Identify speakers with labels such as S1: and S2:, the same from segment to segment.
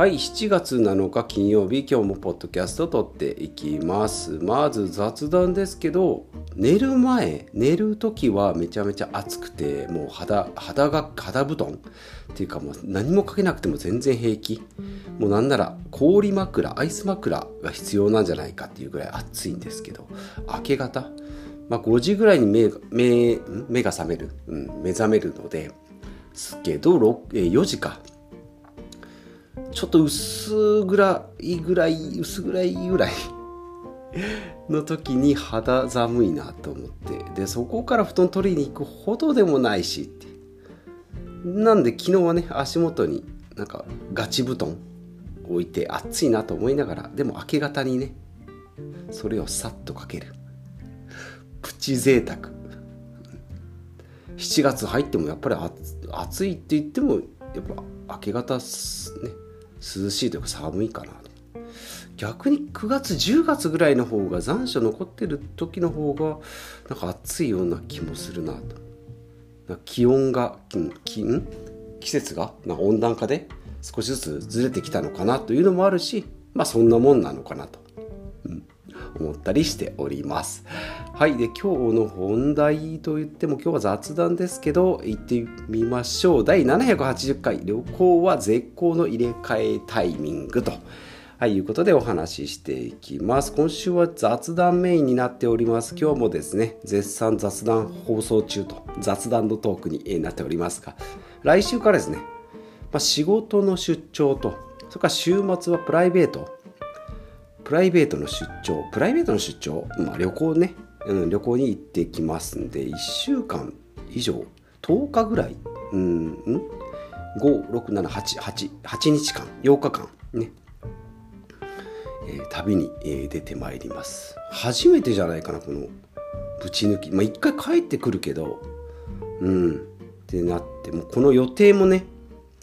S1: はい、7月7日金曜日、今日もポッドキャストを撮っていきます。まず雑談ですけど、寝る時はめちゃめちゃ暑くて、もう肌布団っていうか、もう何もかけなくても全然平気。もうなんなら氷枕、アイス枕が必要なんじゃないかっていうぐらい暑いんですけど、明け方、5時ぐらいに目が覚める、目覚めるのですけど、4時か。ちょっと薄暗いぐらいの時に肌寒いなと思って、でそこから布団取りに行くほどでもないしって、なんで昨日はね、足元になんかガチ布団置いて暑いなと思いながら、でも明け方にねそれをさっとかけるプチ贅沢。7月入ってもやっぱり暑いって言ってもやっぱ明け方ね涼しいというか寒いかなと。逆に9月10月ぐらいの方が、残暑残ってる時の方がなんか暑いような気もするなと。気温が季節が温暖化で少しずつずれてきたのかなというのもあるし、そんなもんなのかなと、思ったりしております。はい。で、今日の本題といっても今日は雑談ですけど、行ってみましょう。第780回旅行は絶好の入れ替えタイミングと、いうことでお話ししていきます。今週は雑談メインになっております。今日もですね、絶賛雑談放送中と、雑談のトークになっておりますが、来週からですね、仕事の出張と、それから週末はプライベートの出張、旅行ね、旅行に行ってきますんで、1週間以上、10日ぐらい、5、6、7、8日間、8日間ね、旅に出てまいります。初めてじゃないかな、このぶち抜き。一回帰ってくるけど、ってなって、もうこの予定もね、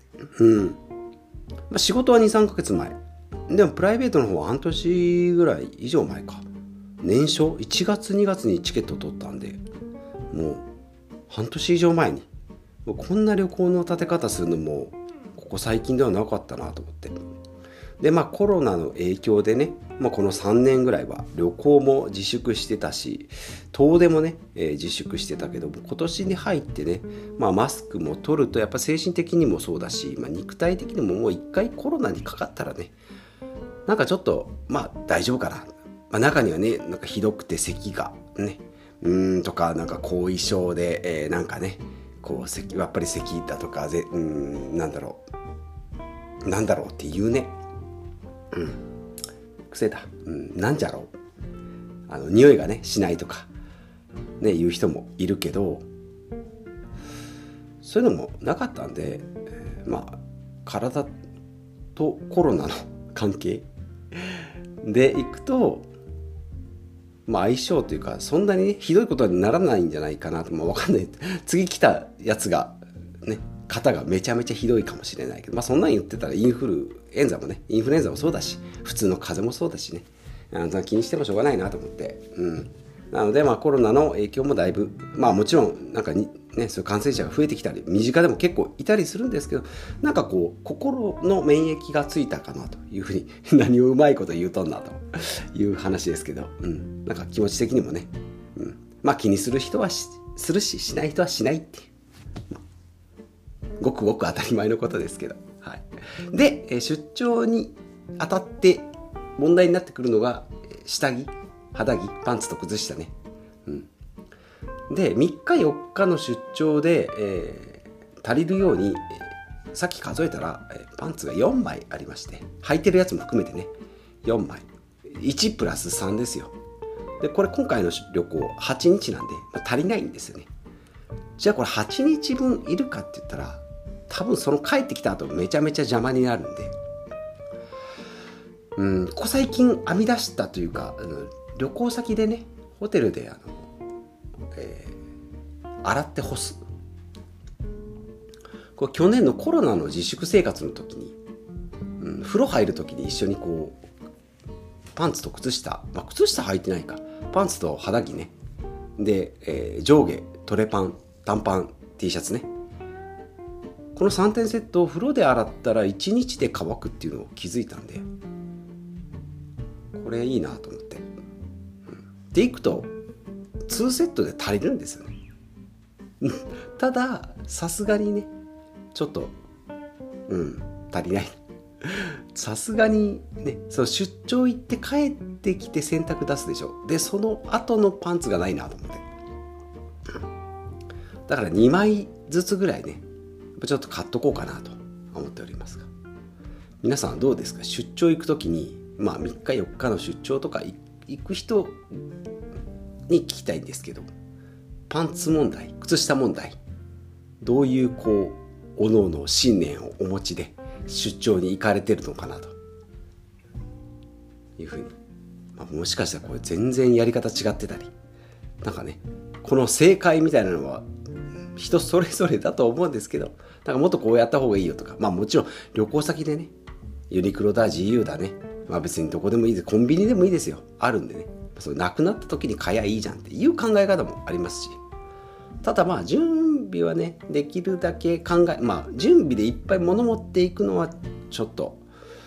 S1: 仕事は2、3ヶ月前。でもプライベートの方は半年ぐらい以上前か。年初1月2月にチケット取ったんで、もう半年以上前に。こんな旅行の立て方するのもここ最近ではなかったなと思って。でコロナの影響でね、この3年ぐらいは旅行も自粛してたし、遠出もね、自粛してたけど、今年に入ってね、マスクも取るとやっぱ精神的にもそうだし、肉体的にももう一回コロナにかかったらね、なんかちょっと大丈夫かな。中にはね、なんかひどくて咳がね、とかなんか後遺症で、なんかね、こうやっぱり咳だとかなんだろうっていうね。癖だ。なんじゃろう。匂いがねしないとかね言う人もいるけど、そういうのもなかったんで、体とコロナの関係でいくと、相性というか、そんなにねひどいことにならないんじゃないかなと。分かんない。次来たやつがね、肩がめちゃめちゃひどいかもしれないけど、そんなん言ってたらインフルエンザもそうだし、普通の風邪もそうだしね、気にしてもしょうがないなと思って、なのでコロナの影響もだいぶ、もちろんなんかそういう感染者が増えてきたり、身近でも結構いたりするんですけど、なんかこう心の免疫がついたかなというふうに何をうまいこと言うとんなという話ですけど、なんか気持ち的にもね、気にする人はするし、しない人はしないっていう、ごくごく当たり前のことですけど、で、出張にあたって問題になってくるのが下着、肌着、パンツと靴下ね。で、3日4日の出張で、足りるように、さっき数えたら、パンツが4枚ありまして、履いてるやつも含めてね、4枚。1プラス3ですよ。で、これ今回の旅行8日なんで、足りないんですよね。じゃあこれ8日分いるかって言ったら、多分その帰ってきた後めちゃめちゃ邪魔になるんで、ここ最近編み出したというか、旅行先でね、ホテルで洗って干す。これ去年のコロナの自粛生活の時に、風呂入る時に一緒にこうパンツと靴下、靴下履いてないか、パンツと肌着ね、で、上下トレパン、短パン T シャツね、 この3点セットを風呂で洗ったら1日で乾くっていうのを気づいたんで、これいいなと思って、でいくと2セットで足りるんですよねたださすがにねちょっと足りないさすがにね、その出張行って帰ってきて洗濯出すでしょ。でその後のパンツがないなと思って、だから2枚ずつぐらいねちょっと買っとこうかなと思っておりますが、皆さんどうですか？出張行くときに3日4日の出張とか行く人に聞きたいんですけど、パンツ問題、靴下問題、どういうおのおの信念をお持ちで出張に行かれてるのかなというふうに、もしかしたらこれ全然やり方違ってたり、なんかねこの正解みたいなのは人それぞれだと思うんですけど、なんかもっとこうやった方がいいよとか、もちろん旅行先でねユニクロだ GU だね、別にどこでもいいです、コンビニでもいいですよ、あるんでね、それなくなった時に買やいいじゃんっていう考え方もありますし、ただ準備はねできるだけ準備でいっぱい物持っていくのはちょっと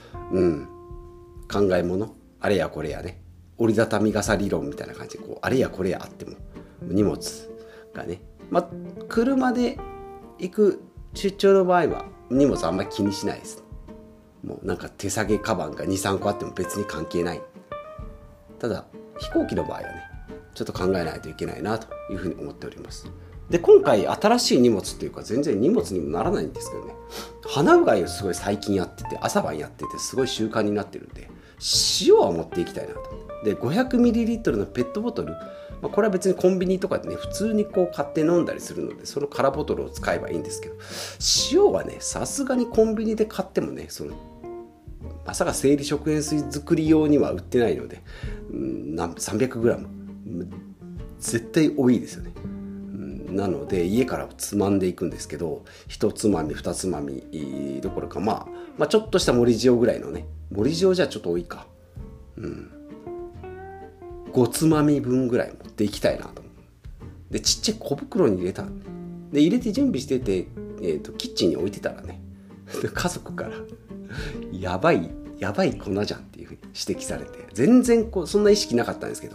S1: 考え物、あれやこれやね、折りたたみ傘理論みたいな感じであれやこれやあっても荷物がね、車で行く出張の場合は荷物あんまり気にしないです。もうなんか手提げカバンが 2,3 個あっても別に関係ない。ただ飛行機の場合はねちょっと考えないといけないなというふうに思っております。で今回新しい荷物っていうか全然荷物にもならないんですけどね、鼻うがいをすごい最近やってて、朝晩やっててすごい習慣になってるんで、塩は持っていきたいなと。で 500ml のペットボトル、これは別にコンビニとかでね普通に買って飲んだりするので、その空ボトルを使えばいいんですけど、塩はねさすがにコンビニで買ってもねまさか生理食塩水作り用には売ってないので、300g 絶対多いですよね。なので家からつまんでいくんですけど、1つまみ2つまみどころかちょっとした盛り塩ぐらいのね、盛り塩じゃちょっと多いか、5つまみ分ぐらい持っていきたいなと思う。でちっちゃい小袋に入れたで入れて準備してて、キッチンに置いてたらね家族からやばい粉じゃんっていうふうに指摘されて、全然そんな意識なかったんですけど、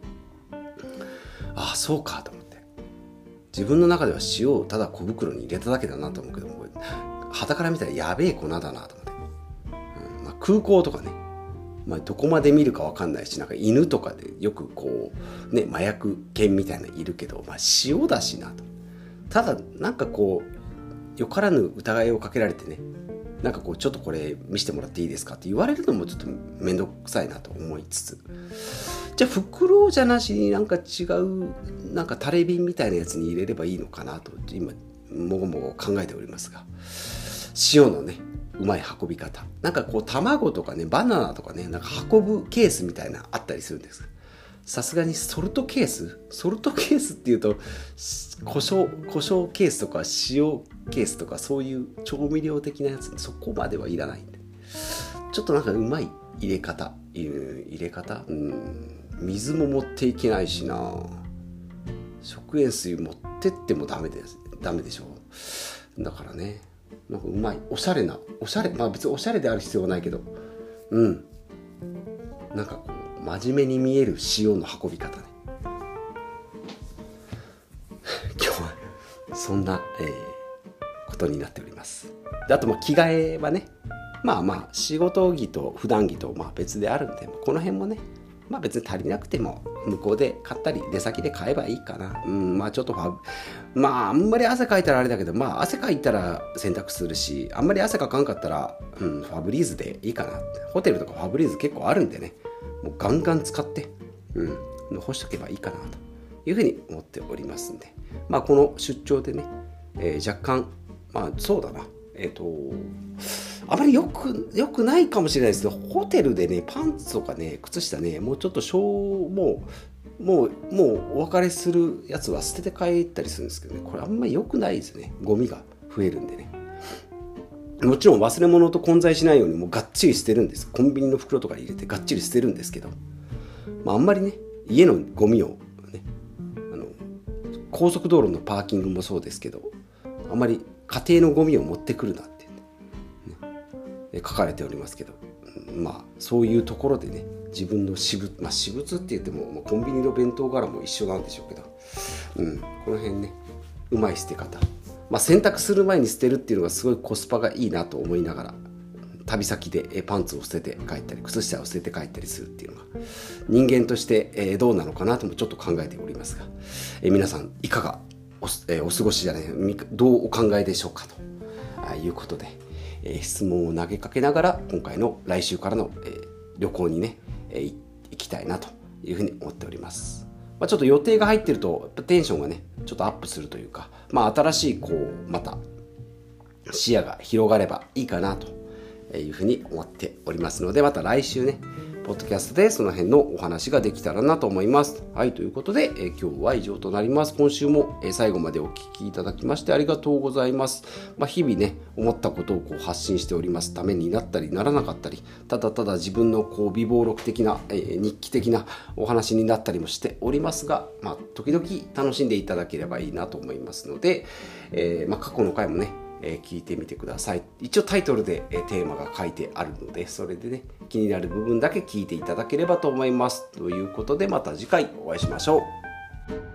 S1: ああそうかと思って、自分の中では塩をただ小袋に入れただけだなと思うけど、傍から見たらやべえ粉だなと思って、空港とかね、どこまで見るか分かんないし、なんか犬とかでよく麻薬犬みたいなのいるけど、塩だしなと。ただなんかよからぬ疑いをかけられてね、なんかちょっとこれ見せてもらっていいですかって言われるのもちょっとめんどくさいなと思いつつ、じゃあ袋じゃなしになんか違うなんかタレ瓶みたいなやつに入れればいいのかなと今もごもご考えておりますが、塩のねうまい運び方、なんか卵とかねバナナとかね、なんか運ぶケースみたいなあったりするんです。さすがにソルトケースっていうと胡椒ケースとか塩ケースとかそういう調味料的なやつ、そこまではいらないんで、ちょっとなんかうまい入れ方、水も持っていけないしな、食塩水持ってってもダメでしょ。だからね、なんかうまいおしゃれ、別におしゃれである必要はないけど、なんか真面目に見える塩の運び方ね今日はそんな、ことになっております。であと着替えはね、仕事着と普段着と別であるんで、この辺もね別に足りなくても向こうで買ったり出先で買えばいいかな。ちょっとあんまり汗かいたらあれだけど、汗かいたら洗濯するし、あんまり汗かかんかったら、ファブリーズでいいかなって。ホテルとかファブリーズ結構あるんでね、もうガンガン使って、干しとけばいいかなというふうに思っておりますんで、この出張でね、若干そうだな、あまりよくないかもしれないですけど、ホテルでねパンツとかね靴下ね、もうちょっともうお別れするやつは捨てて帰ったりするんですけどね、これあんまり良くないですね。ゴミが増えるんでね、もちろん忘れ物と混在しないようにもうがっちり捨てるんです。コンビニの袋とかに入れてがっちり捨てるんですけど、あんまりね家のゴミをね、高速道路のパーキングもそうですけど、 あまり家庭のゴミを持ってくるなって書かれておりますけど、そういうところでね、自分の私物って言っても、コンビニの弁当柄も一緒なんでしょうけど、この辺ね、うまい捨て方、洗濯する前に捨てるっていうのがすごいコスパがいいなと思いながら、旅先でパンツを捨てて帰ったり、靴下を捨てて帰ったりするっていうのが人間としてどうなのかなともちょっと考えておりますが、皆さんいかがお過ごしじゃない、どうお考えでしょうかということで、質問を投げかけながら今回の来週からの、旅行にね、行きたいなというふうに思っております。ちょっと予定が入ってるとテンションがねちょっとアップするというか、新しいまた視野が広がればいいかなというふうに思っておりますので、また来週ねポッドキャストでその辺のお話ができたらなと思います。はい、ということで、今日は以上となります。今週も、最後までお聞きいただきましてありがとうございます。日々ね思ったことを発信しております。ためになったりならなかったり、ただただ自分の備忘録的な、日記的なお話になったりもしておりますが、時々楽しんでいただければいいなと思いますので、過去の回もね聞いてみてください。一応タイトルでテーマが書いてあるので、それでね気になる部分だけ聞いていただければと思います。ということでまた次回お会いしましょう。